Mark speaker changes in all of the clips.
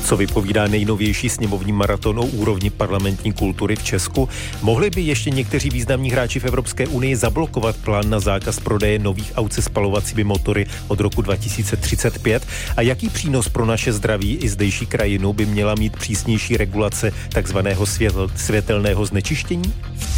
Speaker 1: Co vypovídá nejnovější sněmovní maraton o úrovni parlamentní kultury v Česku? Mohli by ještě někteří významní hráči v Evropské unii zablokovat plán na zákaz prodeje nových aut se spalovacími motory od roku 2035? A jaký přínos pro naše zdraví i zdejší krajinu by měla mít přísnější regulace takzvaného světelného znečištění?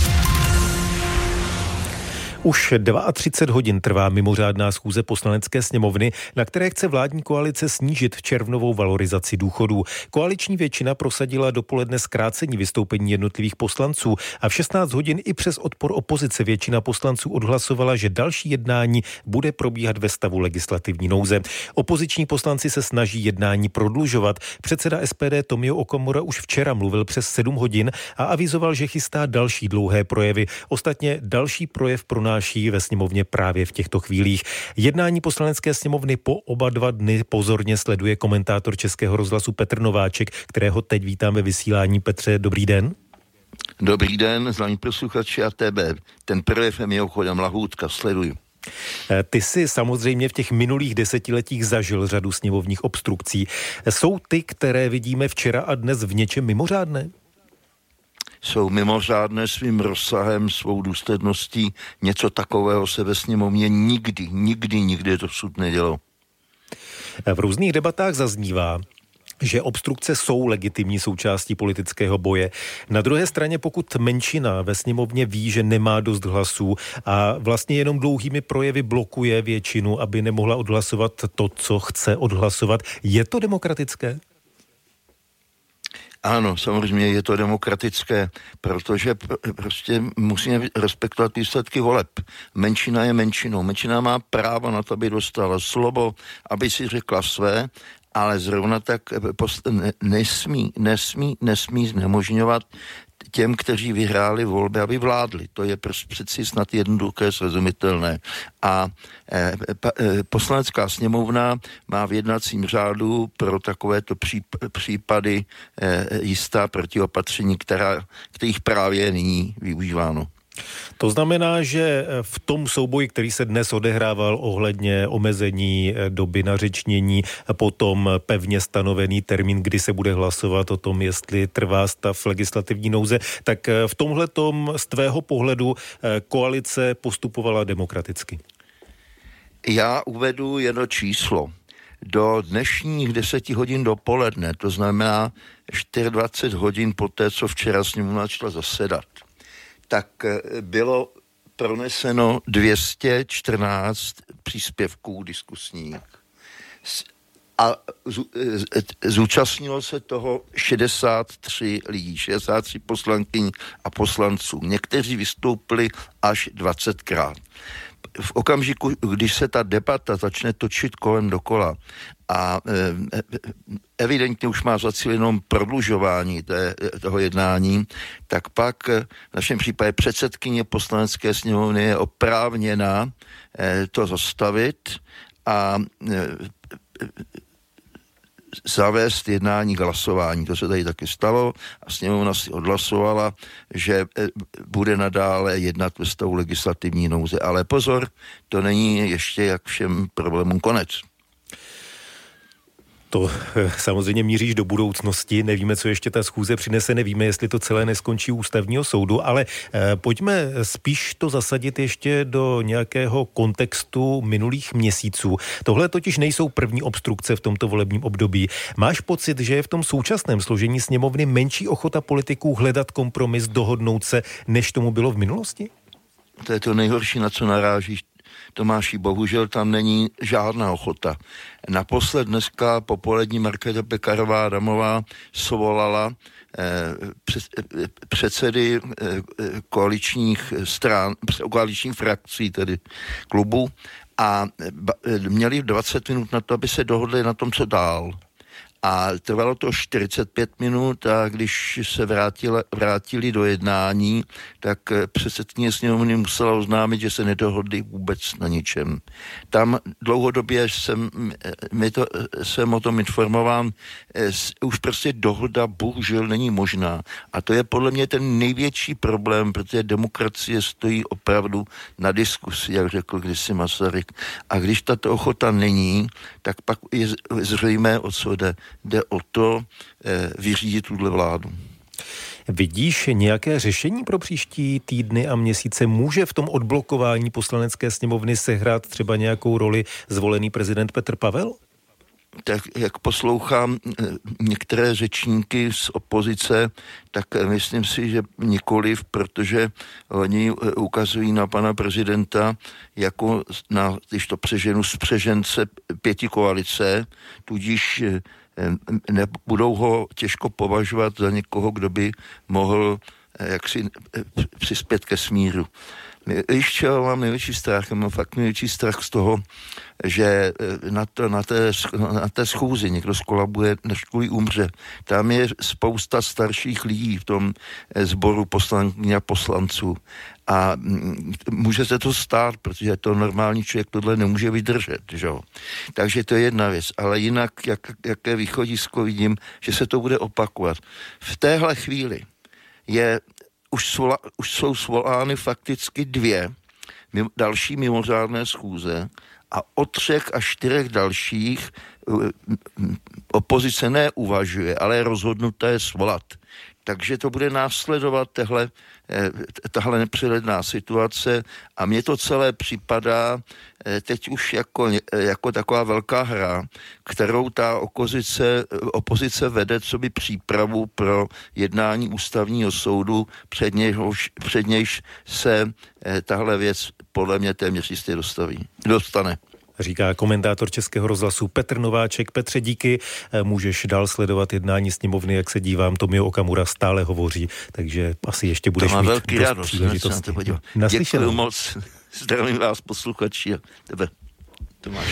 Speaker 1: Už 32 hodin trvá mimořádná schůze Poslanecké sněmovny, na které chce vládní koalice snížit červnovou valorizaci důchodů. Koaliční většina prosadila dopoledne zkrácení vystoupení jednotlivých poslanců a v 16 hodin i přes odpor opozice většina poslanců odhlasovala, že další jednání bude probíhat ve stavu legislativní nouze. Opoziční poslanci se snaží jednání prodlužovat. Předseda SPD Tomio Okamura už včera mluvil přes 7 hodin a avizoval, že chystá další dlouhé projevy. Ostatně další projev pronáší ve sněmovně právě v těchto chvílích. Jednání Poslanecké sněmovny po oba 2 dny pozorně sleduje komentátor Českého rozhlasu Petr Nováček, kterého teď vítám ve vysílání. Petře, dobrý den.
Speaker 2: Dobrý den, známí posluchači ATB. Ten projev je mimochodem lahůdka, sleduju.
Speaker 1: Ty jsi samozřejmě v těch minulých desetiletích zažil řadu sněmovních obstrukcí. Jsou ty, které vidíme včera a dnes v něčem mimořádné?
Speaker 2: Jsou mimořádné svým rozsahem, svou důsledností. Něco takového se ve sněmovně nikdy dosud nedělo.
Speaker 1: V různých debatách zaznívá, že obstrukce jsou legitimní součástí politického boje. Na druhé straně, pokud menšina ve sněmovně ví, že nemá dost hlasů a vlastně jenom dlouhými projevy blokuje většinu, aby nemohla odhlasovat to, co chce odhlasovat, je to demokratické?
Speaker 2: Ano, samozřejmě je to demokratické, protože prostě musíme respektovat výsledky voleb. Menšina je menšinou. Menšina má právo na to, aby dostala slovo, aby si řekla své, ale zrovna tak nesmí znemožňovat těm, kteří vyhráli volby, aby vládli. To je přeci snad jednoduché, srozumitelné. A Poslanecká sněmovna má v jednacím řádu pro takovéto případy jistá protiopatření, kterých právě je nyní využíváno.
Speaker 1: To znamená, že v tom souboji, který se dnes odehrával ohledně omezení doby na řečnění, potom pevně stanovený termín, kdy se bude hlasovat o tom, jestli trvá stav legislativní nouze, tak v tomhletom z tvého pohledu koalice postupovala demokraticky. Já
Speaker 2: uvedu jedno číslo. Do dnešních 10 hodin dopoledne, to znamená 24 hodin poté, co včera sněmovna začala zasedat, tak bylo proneseno 214 příspěvků diskusních a zúčastnilo se toho 63 lidí, 63 poslankyň a poslanců. Někteří vystoupili až 20krát. V okamžiku, když se ta debata začne točit kolem dokola a evidentně už má za cíl jenom prodlužování toho jednání, tak pak v našem případě předsedkyně Poslanecké sněmovny je oprávněna to zastavit a zavést jednání k hlasování. To se tady taky stalo a sněmovna si odhlasovala, že bude nadále jednat ve stavu legislativní nouze. Ale pozor, to není ještě jak všem problémům konec.
Speaker 1: To samozřejmě míříš do budoucnosti, nevíme, co ještě ta schůze přinese, nevíme, jestli to celé neskončí u ústavního soudu, ale pojďme spíš to zasadit ještě do nějakého kontextu minulých měsíců. Tohle totiž nejsou první obstrukce v tomto volebním období. Máš pocit, že je v tom současném složení sněmovny menší ochota politiků hledat kompromis, dohodnout se, než tomu bylo v minulosti?
Speaker 2: To je to nejhorší, na co narážíš, Tomáši, bohužel tam není žádná ochota. Naposled dneska popolední Markéta Pekarová Adamová svolala předsedy koaličních stran, koaličních frakcí, tedy klubu, a měli 20 minut na to, aby se dohodli na tom, co dál. A trvalo to 45 minut a když se vrátili do jednání, tak předsedkyně sněmovny musela oznámit, že se nedohodli vůbec na ničem. Tam dlouhodobě jsem o tom informován, už prostě dohoda bohužel není možná. A to je podle mě ten největší problém, protože demokracie stojí opravdu na diskusi, jak řekl kdysi Masaryk. A když tato ochota není, tak pak je zřejmé, o co jde. jde o to vyřídit tuhle vládu.
Speaker 1: Vidíš nějaké řešení pro příští týdny a měsíce? Může v tom odblokování Poslanecké sněmovny sehrát třeba nějakou roli zvolený prezident Petr Pavel?
Speaker 2: Tak jak poslouchám některé řečníky z opozice, tak myslím si, že nikoliv, protože oni ukazují na pana prezidenta jako na, když to přeženu, spřežence pětikoalice, tudíž nebudou ho těžko považovat za někoho, kdo by mohl jaksi přispět ke smíru. Víš, čeho mám největší strach? Mám fakt největší strach z toho, že na té schůzi někdo skolabuje, než kvůli umře. Tam je spousta starších lidí v tom sboru poslankyň a poslanců. A může se to stát, protože to normální člověk tohle nemůže vydržet. Že? Takže to je jedna věc. Ale jinak, jaké východisko vidím, že se to bude opakovat. V téhle chvíli už jsou svolány fakticky 2 další mimořádné schůze a o 3 až 4 dalších opozice neuvažuje, ale je rozhodnuté svolat. Takže to bude následovat tahle nepřehledná situace a mně to celé připadá teď už jako taková velká hra, kterou ta opozice vede coby přípravu pro jednání ústavního soudu, před nějž se tahle věc podle mě téměř jistě dostane.
Speaker 1: Říká komentátor Českého rozhlasu Petr Nováček. Petře, díky. Můžeš dál sledovat jednání sněmovny, jak se dívám, Tomio Okamura stále hovoří, takže asi ještě budeš mít
Speaker 2: velký
Speaker 1: dost
Speaker 2: radost,
Speaker 1: příležitostí.
Speaker 2: Děkuji moc. Zdravím vás, posluchači, a tebe, Tomáš.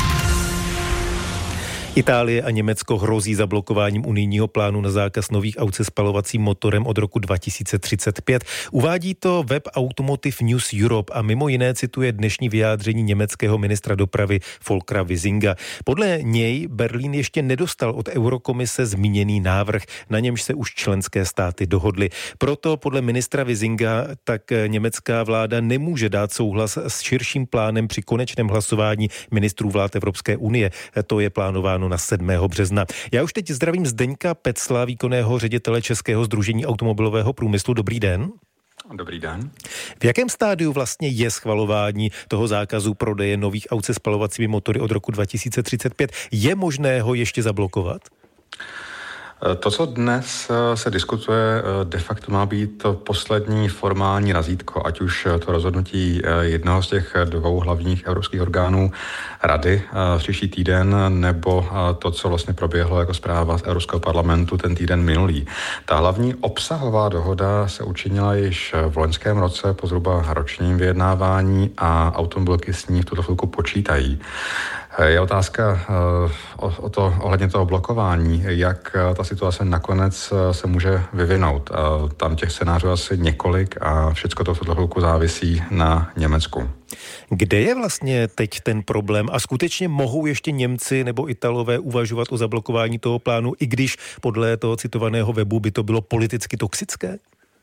Speaker 1: Itálie a Německo hrozí zablokováním unijního plánu na zákaz nových aut se spalovacím motorem od roku 2035. Uvádí to web Automotive News Europe a mimo jiné cituje dnešní vyjádření německého ministra dopravy Volkera Wiesinga. Podle něj Berlín ještě nedostal od Eurokomise zmíněný návrh, na němž se už členské státy dohodly. Proto podle ministra Wiesinga tak německá vláda nemůže dát souhlas s širším plánem při konečném hlasování ministrů vlád Evropské unie. To je plánováno na 7. března. Já už teď zdravím Zdeňka Pecla, výkonného ředitele Českého sdružení automobilového průmyslu. Dobrý den.
Speaker 3: Dobrý den.
Speaker 1: V jakém stádiu vlastně je schvalování toho zákazu prodeje nových aut se spalovacími motory od roku 2035? Je možné ho ještě zablokovat?
Speaker 3: To, co dnes se diskutuje, de facto má být to poslední formální razítko, ať už to rozhodnutí jednoho z těch 2 hlavních evropských orgánů Rady příští týden, nebo to, co vlastně proběhlo jako zpráva z Evropského parlamentu ten týden minulý. Ta hlavní obsahová dohoda se učinila již v loňském roce po zhruba ročním vyjednávání a automobilky s ní v tuto chvilku počítají. Je otázka ohledně toho blokování, jak ta situace nakonec se může vyvinout. Tam těch scénářů asi několik a všechno to v tuto chvilku závisí na Německu.
Speaker 1: Kde je vlastně teď ten problém a skutečně mohou ještě Němci nebo Italové uvažovat o zablokování toho plánu, i když podle toho citovaného webu by to bylo politicky toxické?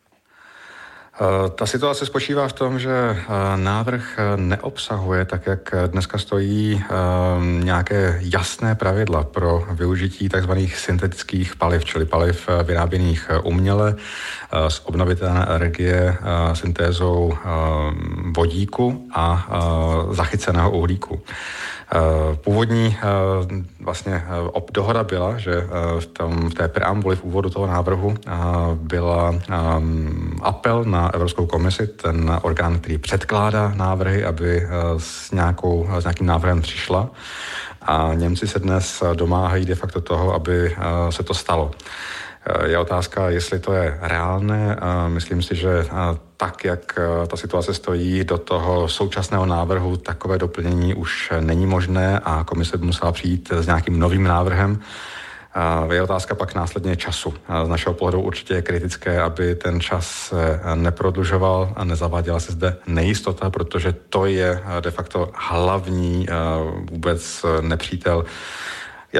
Speaker 3: Ta situace spočívá v tom, že návrh neobsahuje, tak jak dneska stojí, nějaké jasné pravidla pro využití tzv. Syntetických paliv, čili paliv vyráběných uměle z obnovitelné energie syntézou vodíku a zachyceného uhlíku. Původní vlastně dohoda byla, že v té preambuli v úvodu toho návrhu byla apel na Evropskou komisi, ten orgán, který předkládá návrhy, aby s nějakým návrhem přišla. A Němci se dnes domáhají de facto toho, aby se to stalo. Je otázka, jestli to je reálné. Myslím si, že tak, jak ta situace stojí, do toho současného návrhu takové doplnění už není možné a komise by musela přijít s nějakým novým návrhem. Je otázka pak následně času. Z našeho pohledu určitě je kritické, aby ten čas neprodlužoval a nezaváděla se zde nejistota, protože to je de facto hlavní vůbec nepřítel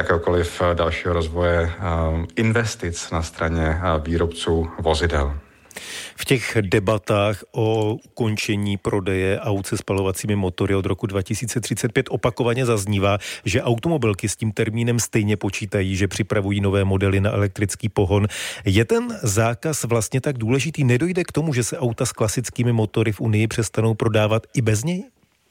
Speaker 3: jakéhokoliv dalšího rozvoje investic na straně výrobců vozidel.
Speaker 1: V těch debatách o ukončení prodeje aut se spalovacími motory od roku 2035 opakovaně zaznívá, že automobilky s tím termínem stejně počítají, že připravují nové modely na elektrický pohon. Je ten zákaz vlastně tak důležitý? Nedojde k tomu, že se auta s klasickými motory v Unii přestanou prodávat i bez něj?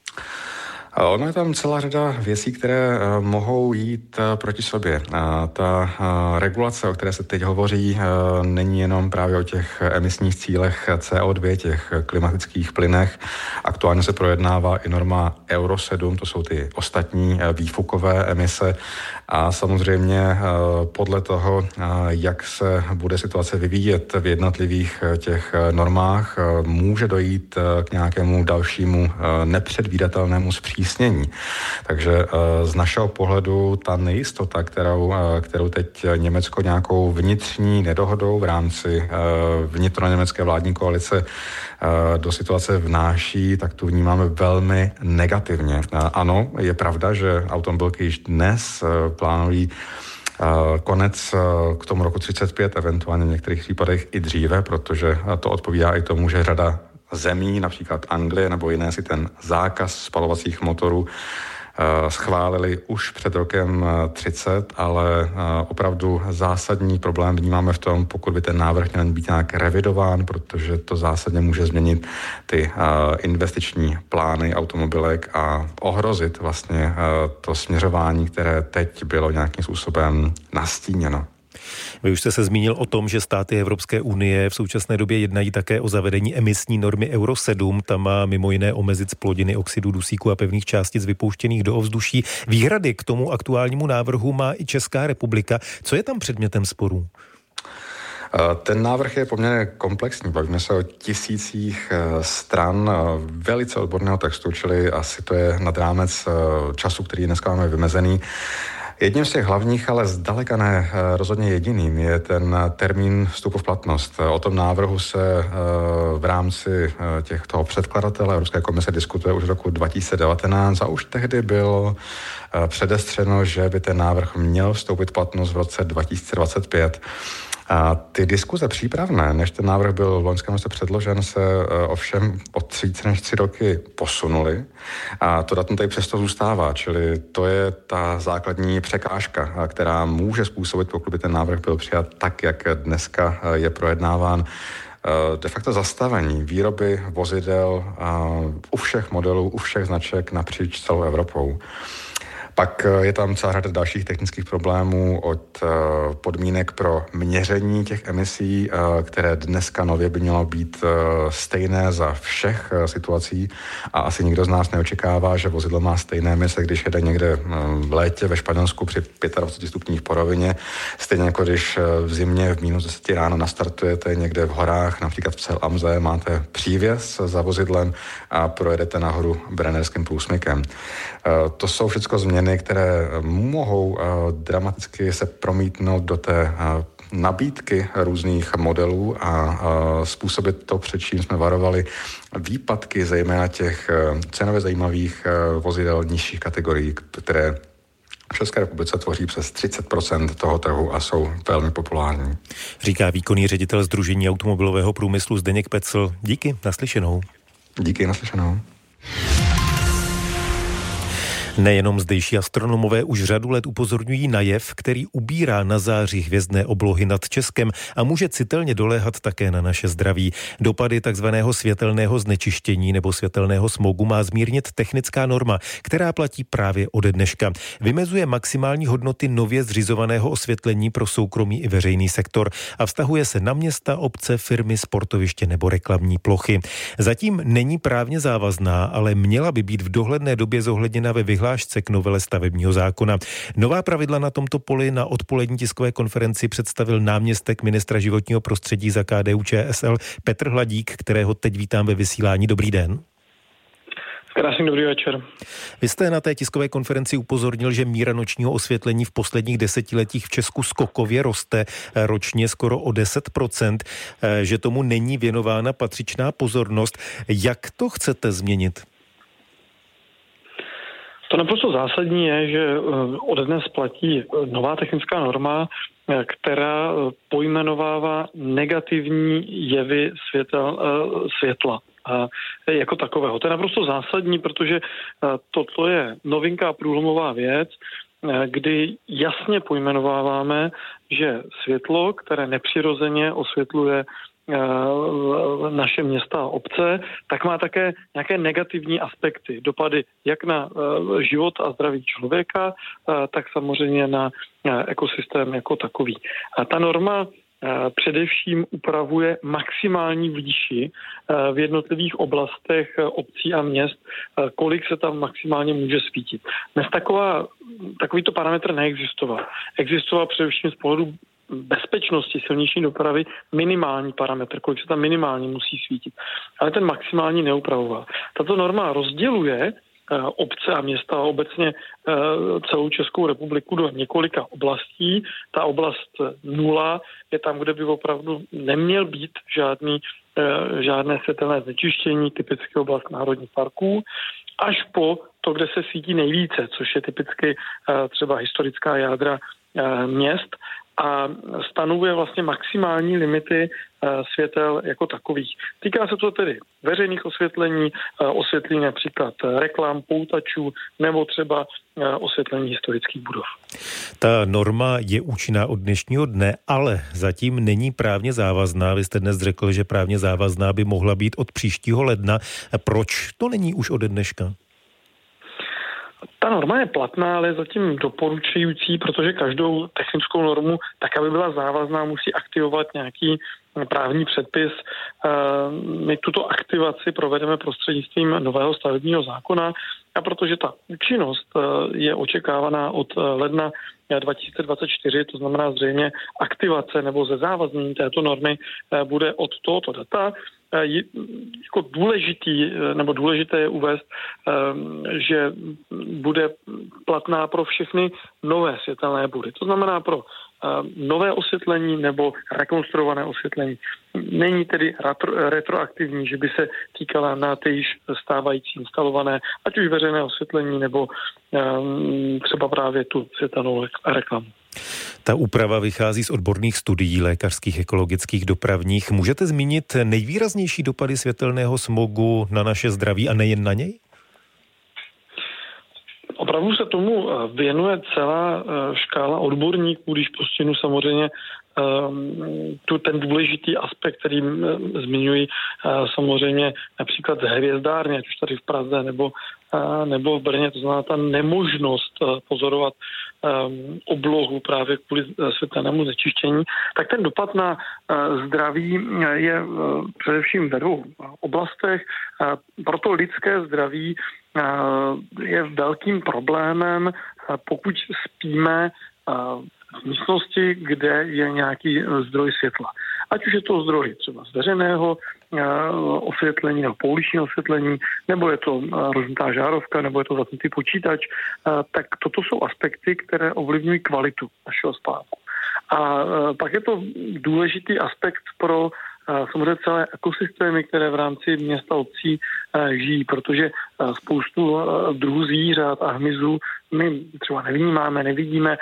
Speaker 3: Ono je tam celá řada věcí, které mohou jít proti sobě. Ta regulace, o které se teď hovoří, není jenom právě o těch emisních cílech CO2, těch klimatických plynech. Aktuálně se projednává i norma Euro 7, to jsou ty ostatní výfukové emise. A samozřejmě podle toho, jak se bude situace vyvíjet v jednotlivých těch normách, může dojít k nějakému dalšímu nepředvídatelnému zpřísnění. Takže z našeho pohledu ta nejistota, kterou teď Německo nějakou vnitřní nedohodou v rámci vnitroněmecké vládní koalice do situace vnáší, tak tu vnímáme velmi negativně. Ano, je pravda, že automobilky již dnes plánují konec k tomu roku 35, eventuálně v některých případech i dříve, protože to odpovídá i tomu, že řada zemí, například Anglie nebo jiné, si ten zákaz spalovacích motorů schválili už před rokem 30, ale opravdu zásadní problém vnímáme v tom, pokud by ten návrh měl být nějak revidován, protože to zásadně může změnit ty investiční plány automobilek a ohrozit vlastně to směřování, které teď bylo nějakým způsobem nastíněno.
Speaker 1: Vy už jste se zmínil o tom, že státy Evropské unie v současné době jednají také o zavedení emisní normy Euro 7. Ta má mimo jiné omezit zplodiny oxidu dusíku a pevných částic vypouštěných do ovzduší. Výhrady k tomu aktuálnímu návrhu má i Česká republika. Co je tam předmětem sporů?
Speaker 3: Ten návrh je poměrně komplexní. Bavíme se o tisících stran velice odborného textu, čili asi to je nad rámec času, který dneska máme vymezený. Jedním z těch hlavních, ale zdaleka ne rozhodně jediným, je ten termín vstupu v platnost. O tom návrhu se v rámci toho předkladatele Evropské komise diskutuje už v roku 2019 a už tehdy bylo předestřeno, že by ten návrh měl vstoupit v platnost v roce 2025. A ty diskuze přípravné, než ten návrh byl v loňském roce předložen, se ovšem o více než 3 roky posunuly a to datum tady přesto zůstává, čili to je ta základní překážka, která může způsobit, pokud by ten návrh byl přijat tak, jak dneska je projednáván, de facto zastavení výroby vozidel u všech modelů, u všech značek napříč celou Evropou. Pak je tam celá řada dalších technických problémů od podmínek pro měření těch emisí, které dneska nově by mělo být stejné za všech situací a asi nikdo z nás neočekává, že vozidlo má stejné emise, když jede někde v létě ve Španělsku při 25 stupních po rovině, stejně jako když v zimě v minus 10 ráno nastartujete někde v horách, například v Celamze, máte přívěs za vozidlem a projedete nahoru Brennerským průsmykem. To jsou všechno změny, které mohou dramaticky se promítnout do té nabídky různých modelů a způsobit to, před čím jsme varovali, výpadky zejména těch cenově zajímavých vozidel nižších kategorií, které v České republice tvoří přes 30% toho trhu a jsou velmi populární.
Speaker 1: Říká výkonný ředitel Sdružení automobilového průmyslu Zdeněk Pecl. Díky, naslyšenou.
Speaker 3: Díky, naslyšenou.
Speaker 1: Nejenom zdejší astronomové už řadu let upozorňují na jev, který ubírá na záři hvězdné oblohy nad Českem a může citelně doléhat také na naše zdraví. Dopady takzvaného světelného znečištění nebo světelného smogu má zmírnit technická norma, která platí právě ode dneška. Vymezuje maximální hodnoty nově zřizovaného osvětlení pro soukromý i veřejný sektor a vztahuje se na města, obce, firmy, sportoviště nebo reklamní plochy. Zatím není právně závazná, ale měla by být v dohledné době zohledněna ve vyhlášce k novele stavebního zákona. Nová pravidla na tomto poli na odpolední tiskové konferenci představil náměstek ministra životního prostředí za KDU-ČSL Petr Hladík, kterého teď vítám ve vysílání. Dobrý den.
Speaker 4: Krásný dobrý večer.
Speaker 1: Vy jste na té tiskové konferenci upozornil, že míra nočního osvětlení v posledních desetiletích v Česku skokově roste ročně skoro o 10%, že tomu není věnována patřičná pozornost. Jak to chcete změnit?
Speaker 4: To naprosto zásadní je, že ode dnes platí nová technická norma, která pojmenovává negativní jevy světla jako takového. To je naprosto zásadní, protože toto je novinká a průlomová věc, kdy jasně pojmenováváme, že světlo, které nepřirozeně osvětluje naše města a obce, tak má také nějaké negativní aspekty, dopady jak na život a zdraví člověka, tak samozřejmě na ekosystém jako takový. A ta norma především upravuje maximální výši v jednotlivých oblastech obcí a měst, kolik se tam maximálně může svítit. Dnes takovýto parametr neexistoval. Existoval především z pohledu bezpečnosti silniční dopravy minimální parametr, kolik se tam minimálně musí svítit. Ale ten maximální neupravoval. Tato norma rozděluje obce a města a obecně celou Českou republiku do několika oblastí. Ta oblast 0 je tam, kde by opravdu neměl být žádné světelné znečištění, typicky oblast národních parků, až po to, kde se svítí nejvíce, což je typicky třeba historická jádra měst, a stanovuje vlastně maximální limity světel jako takových. Týká se to tedy veřejných osvětlení například reklam, poutačů nebo třeba osvětlení historických budov.
Speaker 1: Ta norma je účinná od dnešního dne, ale zatím není právně závazná. Vy jste dnes řekl, že právně závazná by mohla být od příštího ledna. Proč to není už ode dneška?
Speaker 4: Ta norma je platná, ale je zatím doporučující, protože každou technickou normu, tak aby byla závazná, musí aktivovat nějaký právní předpis. My tuto aktivaci provedeme prostřednictvím nového stavebního zákona, a protože ta účinnost je očekávaná od ledna 2024, to znamená zřejmě aktivace nebo zezávaznění této normy bude od tohoto data. Jako důležité je uvést, že bude platná pro všechny nové světelné body. To znamená pro nové osvětlení nebo rekonstruované osvětlení. Není tedy retroaktivní, že by se týkala na ty již stávající instalované, ať už veřejné osvětlení nebo třeba právě tu světelnou reklamu.
Speaker 1: Ta úprava vychází z odborných studií lékařských, ekologických, dopravních. Můžete zmínit nejvýraznější dopady světelného smogu na naše zdraví a nejen na něj?
Speaker 4: Opravdu se tomu věnuje celá škála odborníků, když postihnu samozřejmě ten důležitý aspekt, který zmiňují samozřejmě například z hvězdárny, ať už tady v Praze nebo v Brně, to znamená ta nemožnost pozorovat oblohu právě kvůli světelnému znečištění, tak ten dopad na zdraví je především ve dvou oblastech. Proto lidské zdraví je velkým problémem, pokud spíme v místnosti, kde je nějaký zdroj světla. Ať už je to zdroj třeba z veřejného osvětlení nebo pouličního osvětlení, nebo je to rozvinutá žárovka, nebo je to zapnutý počítač, tak toto jsou aspekty, které ovlivňují kvalitu našeho spánku. A pak je to důležitý aspekt pro samozřejmě celé ekosystémy, které v rámci města obcí žijí, protože spoustu druhů zvířat a hmyzu my třeba nevidíme.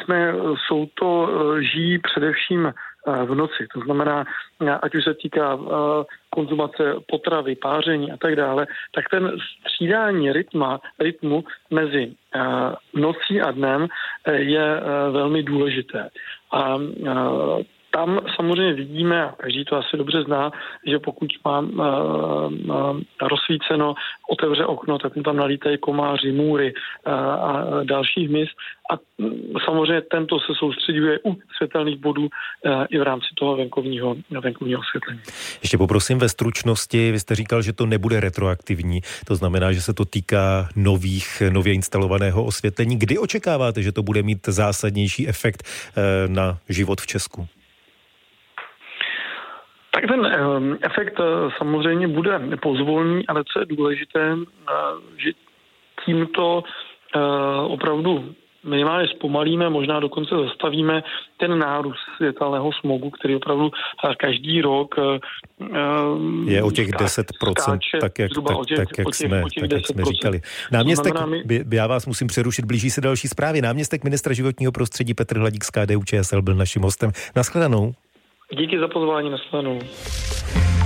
Speaker 4: Žijí především v noci. To znamená, ať už se týká konzumace potravy, páření a tak dále, tak ten střídání rytmu mezi nocí a dnem je velmi důležité. A tam samozřejmě vidíme, a každý to asi dobře zná, že pokud mám rozsvíceno, otevře okno, tak mu tam nalítají komáři, můry a další hmyz. A samozřejmě tento se soustředuje u světelných bodů i v rámci toho venkovního osvětlení.
Speaker 1: Ještě poprosím ve stručnosti, vy jste říkal, že to nebude retroaktivní, to znamená, že se to týká nově instalovaného osvětlení. Kdy očekáváte, že to bude mít zásadnější efekt na život v Česku?
Speaker 4: Tak ten efekt samozřejmě bude pozvolný, ale co je důležité, že tímto opravdu minimálně zpomalíme, možná dokonce zastavíme ten nárůst světelného smogu, který opravdu každý rok
Speaker 1: je o těch 10%, tak jak jsme říkali. Náměstek, já vás musím přerušit, blíží se další zprávy. Náměstek ministra životního prostředí Petr Hladík z KDU-ČSL byl naším hostem. Nashledanou.
Speaker 4: Díky za pozvání, nashledanou.